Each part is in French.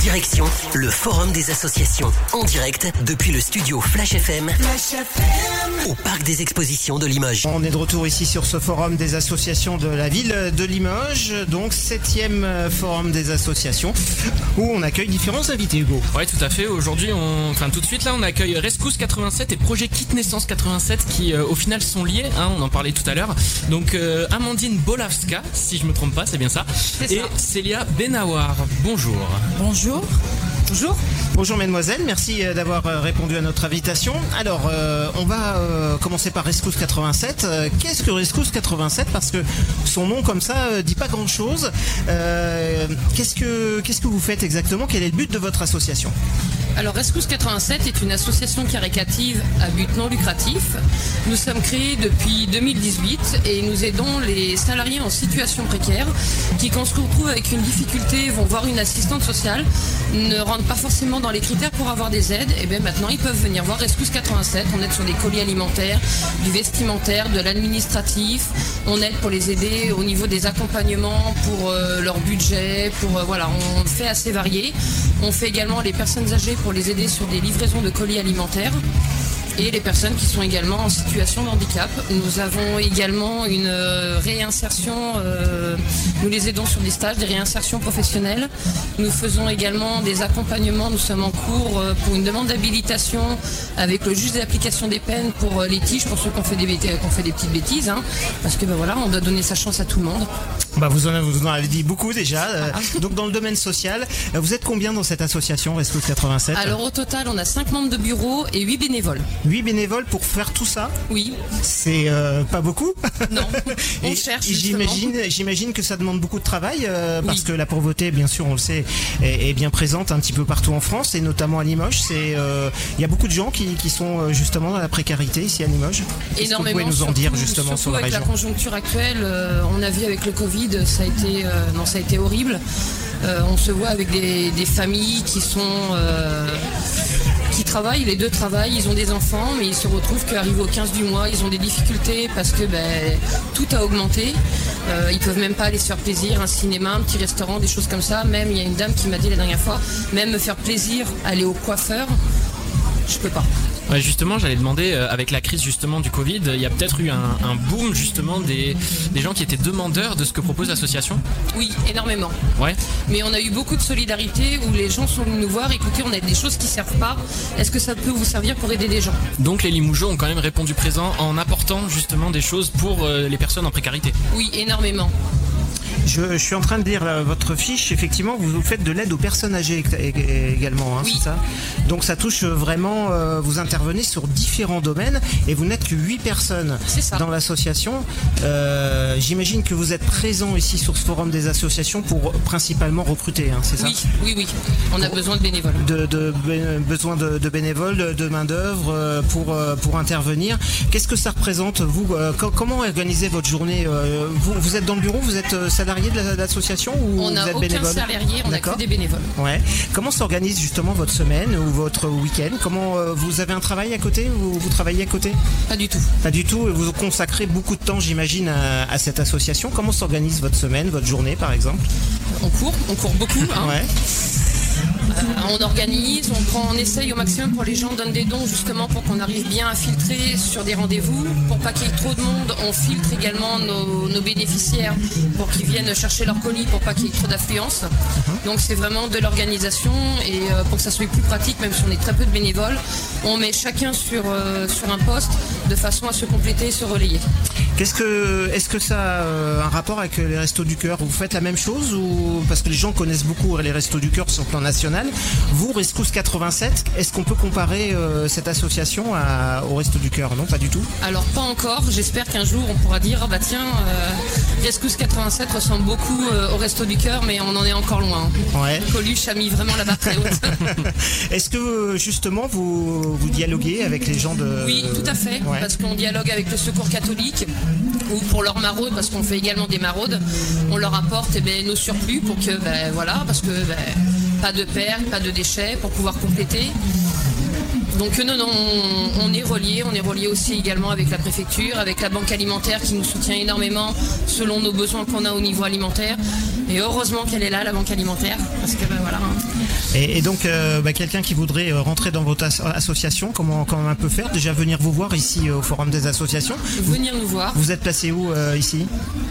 Direction le Forum des associations, en direct depuis le studio Flash FM, au Parc des Expositions de Limoges. On est de retour ici sur ce Forum des associations de la ville de Limoges, donc 7e Forum des associations, où on accueille différents invités, Hugo. Ouais, tout à fait. Aujourd'hui, tout de suite là, on accueille Rescousse 87 et Projet Kit Naissance 87 qui au final sont liés, on en parlait tout à l'heure. Donc Amandine Bolavska, si je me trompe pas, c'est bien ça. Et Célia Benawar. Bonjour. Bonjour. Bonjour. Bonjour mesdemoiselles, merci d'avoir répondu à notre invitation. Alors, on va commencer par Rescousse 87. Qu'est-ce que Rescousse 87 ? Parce que son nom comme ça dit pas grand-chose. Qu'est-ce que vous faites exactement ? Quel est le but de votre association ? Alors Rescousse 87 est une association caritative à but non lucratif. Nous sommes créés depuis 2018 et nous aidons les salariés en situation précaire qui, quand se retrouvent avec une difficulté, vont voir une assistante sociale, ne rentrent pas forcément dans les critères pour avoir des aides. Et bien maintenant ils peuvent venir voir Rescousse 87. On aide sur des colis alimentaires, du vestimentaire, de l'administratif. On aide pour les aider au niveau des accompagnements pour leur budget. On fait assez varié. On fait également les personnes âgées pour les aider sur des livraisons de colis alimentaires et les personnes qui sont également en situation de handicap. Nous avons également une réinsertion, nous les aidons sur des stages, des réinsertions professionnelles. Nous faisons également des accompagnements, nous sommes en cours pour une demande d'habilitation avec le juge d'application des peines pour litige, pour ceux qui ont fait des petites bêtises, parce que on doit donner sa chance à tout le monde. Vous en avez dit beaucoup déjà. Donc dans le domaine social, vous êtes combien dans cette association Rescousse 87 ? Alors au total, on a 5 membres de bureau et 8 bénévoles. 8 bénévoles pour faire tout ça ? Oui. C'est pas beaucoup ? Non, on cherche justement. J'imagine que ça demande beaucoup de travail parce que la pauvreté, bien sûr, on le sait, est bien présente un petit peu partout en France et notamment à Limoges. Il y a beaucoup de gens qui sont justement dans la précarité ici à Limoges. Énormément. Est-ce que vous pouvez nous en dire justement sur la région ? Avec la conjoncture actuelle, on a vu avec le Covid, ça a été horrible. On se voit avec des familles qui travaillent, les deux travaillent, ils ont des enfants, mais ils se retrouvent qu'arrivés au 15 du mois, ils ont des difficultés parce que tout a augmenté. Ils peuvent même pas aller se faire plaisir, un cinéma, un petit restaurant, des choses comme ça. Même, il y a une dame qui m'a dit la dernière fois, même me faire plaisir, aller au coiffeur, je peux pas. Ouais, justement, j'allais demander, avec la crise justement du Covid, il y a peut-être eu un boom justement des gens qui étaient demandeurs de ce que propose l'association ? Oui, énormément. Ouais. Mais on a eu beaucoup de solidarité où les gens sont venus nous voir, écoutez, on a des choses qui ne servent pas, est-ce que ça peut vous servir pour aider des gens ? Donc les Limougeaux ont quand même répondu présent en apportant justement des choses pour les personnes en précarité ? Oui, énormément. Je suis en train de lire votre fiche. Effectivement, vous faites de l'aide aux personnes âgées également, oui. C'est ça ? Donc ça touche vraiment, vous intervenez sur différents domaines et vous n'êtes que 8 personnes dans l'association. J'imagine que vous êtes présent ici sur ce forum des associations pour principalement recruter, c'est ça ? Oui. On a besoin de bénévoles. Besoin de bénévoles, de main d'œuvre pour intervenir. Qu'est-ce que ça représente, vous ? Comment organisez votre journée ? Vous êtes dans le bureau, vous êtes salarié de l'association ou vous êtes bénévole ? On n'a aucun salarié, on n'a que des bénévoles. Ouais. Comment s'organise justement votre semaine ou votre week-end ? Comment vous avez un travail à côté ou vous travaillez à côté ? Pas du tout. Pas du tout. Vous consacrez beaucoup de temps, j'imagine, à cette association. Comment s'organise votre semaine, votre journée, par exemple ? On court beaucoup. Ouais. On organise, on essaye au maximum pour les gens, on donne des dons justement pour qu'on arrive bien à filtrer sur des rendez-vous, pour pas qu'il y ait trop de monde. On filtre également nos bénéficiaires pour qu'ils viennent chercher leur colis, pour pas qu'il y ait trop d'affluence. Donc c'est vraiment de l'organisation et pour que ça soit plus pratique, même si on est très peu de bénévoles, on met chacun sur un poste de façon à se compléter et se relayer. Est-ce que ça a un rapport avec les Restos du Cœur ? Vous faites la même chose ou parce que les gens connaissent beaucoup les Restos du Cœur sur le plan national. Vous, Rescousse 87, est-ce qu'on peut comparer cette association aux Restos du Cœur ? Non, pas du tout. Alors pas encore. J'espère qu'un jour on pourra dire Rescousse 87 ressemble beaucoup au Restos du Cœur, mais on en est encore loin. Ouais. Coluche a mis vraiment la barre très haute. Est-ce que justement vous dialoguez avec les gens de... Oui, tout à fait. Ouais. Parce qu'on dialogue avec le Secours catholique. Ou pour leurs maraudes, parce qu'on fait également des maraudes, on leur apporte nos surplus pour que, parce que pas de pertes, pas de déchets, pour pouvoir compléter. Donc non, on est relié aussi également avec la préfecture, avec la banque alimentaire qui nous soutient énormément selon nos besoins qu'on a au niveau alimentaire. Et heureusement qu'elle est là, la banque alimentaire, parce que Et donc, quelqu'un qui voudrait rentrer dans votre association, comment on peut faire? Déjà venir vous voir ici au Forum des associations. Venir nous voir. Vous êtes placé où ici?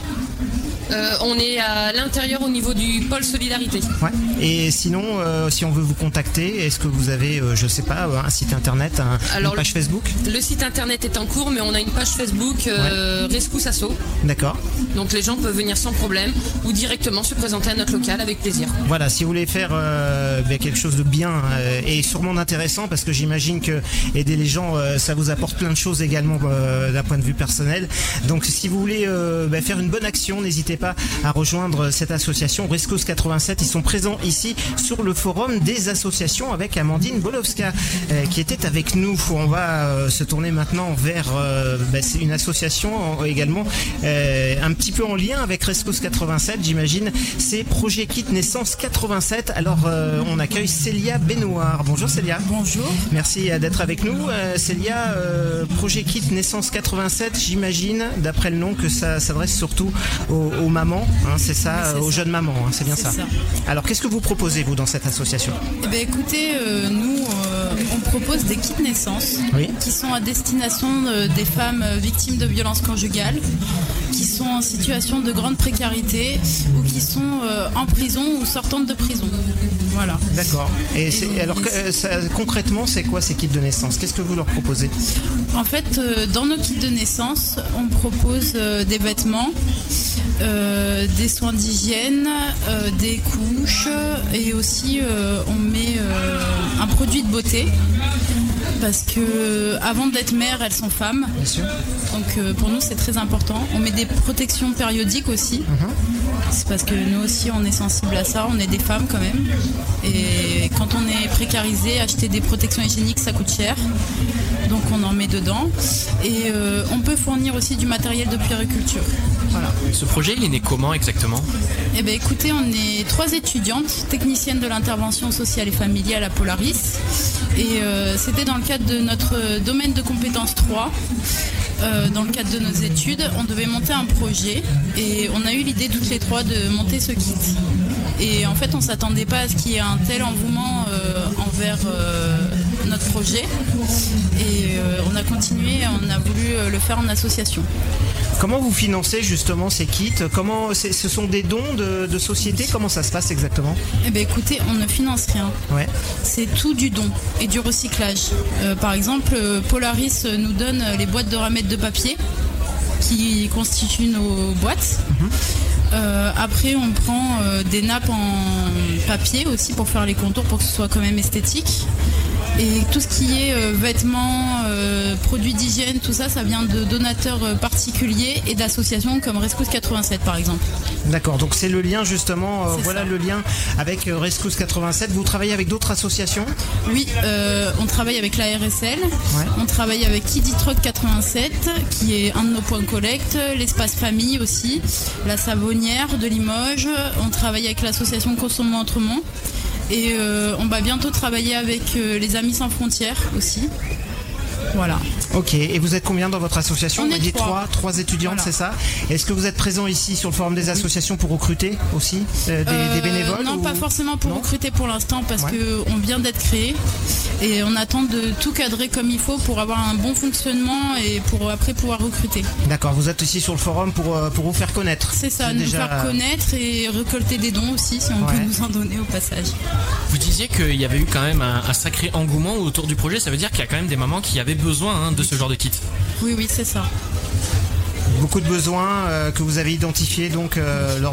On est à l'intérieur au niveau du pôle Solidarité. Ouais. Et sinon, si on veut vous contacter, est-ce que vous avez, un site internet, une page Facebook? Le site internet est en cours, mais on a une page Facebook Rescousse Asso. D'accord. Donc les gens peuvent venir sans problème ou directement se présenter à notre local avec plaisir. Voilà, si vous voulez faire quelque chose de bien et sûrement d'intéressant, parce que j'imagine que aider les gens, ça vous apporte plein de choses également d'un point de vue personnel. Donc si vous voulez faire une bonne action, n'hésitez pas à rejoindre cette association Rescousse 87. Ils sont présents ici sur le forum des associations avec Amandine Bolowska qui était avec nous. On va se tourner maintenant vers c'est une association également un petit peu en lien avec Rescousse 87, j'imagine. C'est Projet Kit Naissance 87. Alors on accueille Célia Benoît. Bonjour Célia. Bonjour. Merci d'être avec nous. Célia, Projet Kit Naissance 87, j'imagine d'après le nom que ça s'adresse surtout aux mamans, c'est ça, aux jeunes mamans, c'est bien ça. Alors qu'est-ce que vous proposez vous dans cette association? Écoutez, nous on propose des kits naissance qui sont à destination des femmes victimes de violences conjugales, qui sont en situation de grande précarité ou qui sont en prison ou sortantes de prison. Voilà. D'accord. Et concrètement, c'est quoi ces kits de naissance? Qu'est-ce que vous leur proposez? En fait, dans nos kits de naissance, on propose des vêtements, des soins d'hygiène, des couches et aussi on met un produit de beauté. Parce que avant d'être mère, elles sont femmes. Bien sûr. Donc pour nous c'est très important. On met des protections périodiques aussi. C'est parce que nous aussi on est sensible à ça. On est des femmes quand même. Et quand on est précarisé, acheter des protections hygiéniques ça coûte cher. Donc on en met dedans. Et on peut fournir aussi du matériel de puériculture. Voilà. Ce projet il est né comment exactement? Écoutez, on est 3 étudiantes, techniciennes de l'intervention sociale et familiale à Polaris. Et c'était dans le cadre de notre domaine de compétences 3. Dans le cadre de nos études, on devait monter un projet et on a eu l'idée toutes les 3 de monter ce kit. Et en fait, on ne s'attendait pas à ce qu'il y ait un tel engouement envers notre projet. Et on a continué, on a voulu le faire en association. Comment vous financez justement ces kits? Ce sont des dons de société? Comment ça se passe exactement? Écoutez, on ne finance rien. Ouais. C'est tout du don et du recyclage. Par exemple, Polaris nous donne les boîtes de ramettes de papier qui constituent nos boîtes. Après, on prend des nappes en papier aussi pour faire les contours pour que ce soit quand même esthétique. Et tout ce qui est vêtements, produits d'hygiène, tout ça, ça vient de donateurs particuliers et d'associations comme Rescousse 87 par exemple. D'accord, donc c'est le lien justement, voilà le lien avec Rescousse 87. Vous travaillez avec d'autres associations? Oui, on travaille avec la RSL, on travaille avec Kiditroc 87 qui est un de nos points collecte, l'espace famille aussi, la Savonnière de Limoges, on travaille avec l'association Consommons Autrement. Et on va bientôt travailler avec les Amis Sans Frontières aussi. Voilà. Ok, et vous êtes combien dans votre association? On est dit 3 étudiantes, voilà. C'est ça? Est-ce que vous êtes présent ici sur le forum des associations pour recruter aussi des bénévoles? Non, pas forcément pour recruter pour l'instant parce qu'on vient d'être créé et on attend de tout cadrer comme il faut pour avoir un bon fonctionnement et pour après pouvoir recruter. D'accord, vous êtes ici sur le forum pour vous faire connaître. C'est ça, nous faire connaître et récolter des dons aussi si on peut nous en donner au passage. Vous disiez qu'il y avait eu quand même un sacré engouement autour du projet, ça veut dire qu'il y a quand même des mamans qui avaient besoin de ce genre de kit. Oui, c'est ça. Beaucoup de besoins que vous avez identifiés donc lors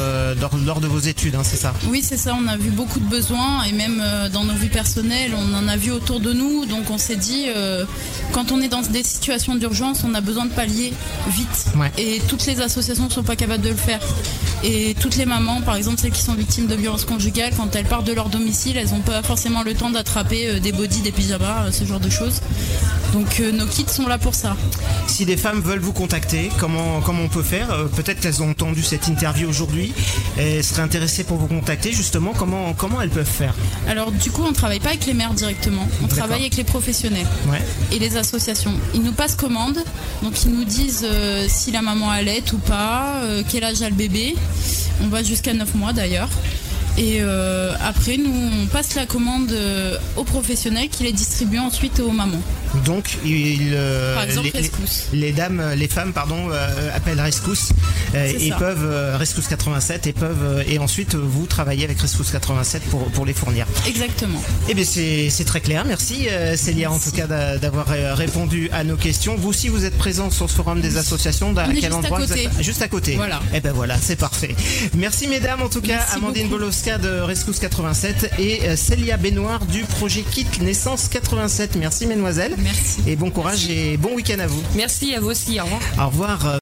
de vos études, c'est ça? Oui, c'est ça, on a vu beaucoup de besoins et même dans nos vies personnelles, on en a vu autour de nous, donc on s'est dit quand on est dans des situations d'urgence, on a besoin de pallier vite et toutes les associations ne sont pas capables de le faire. Et toutes les mamans, par exemple celles qui sont victimes de violences conjugales, quand elles partent de leur domicile, elles n'ont pas forcément le temps d'attraper des bodys, des pyjamas, ce genre de choses. Donc nos kits sont là pour ça. Si des femmes veulent vous contacter, comment on peut faire? Peut-être qu'elles ont entendu cette interview aujourd'hui et seraient intéressées pour vous contacter justement. Comment elles peuvent faire? Alors du coup on ne travaille pas avec les mères directement, on travaille avec les professionnels et les associations. Ils nous passent commande, donc ils nous disent si la maman allait ou pas, quel âge a le bébé. On va jusqu'à 9 mois d'ailleurs. Et après, nous, on passe la commande aux professionnels qui les distribuent ensuite aux mamans. Donc, par exemple, les femmes, appellent Rescousse et peuvent Rescousse 87 et ensuite vous travaillez avec Rescousse 87 pour les fournir. Exactement. Eh bien, c'est très clair. Merci Célia en tout cas d'avoir répondu à nos questions. Vous aussi, vous êtes présent sur ce forum des associations. À quel endroit? Juste à côté. Voilà. Eh ben voilà, c'est parfait. Merci mesdames en tout cas. Merci Amandine beaucoup. Bolowska de Rescousse 87 et Célia Benoît du projet Kit Naissance 87. Merci mesdemoiselles. Merci. Et bon courage et bon week-end à vous. Merci à vous aussi. Au revoir. Au revoir.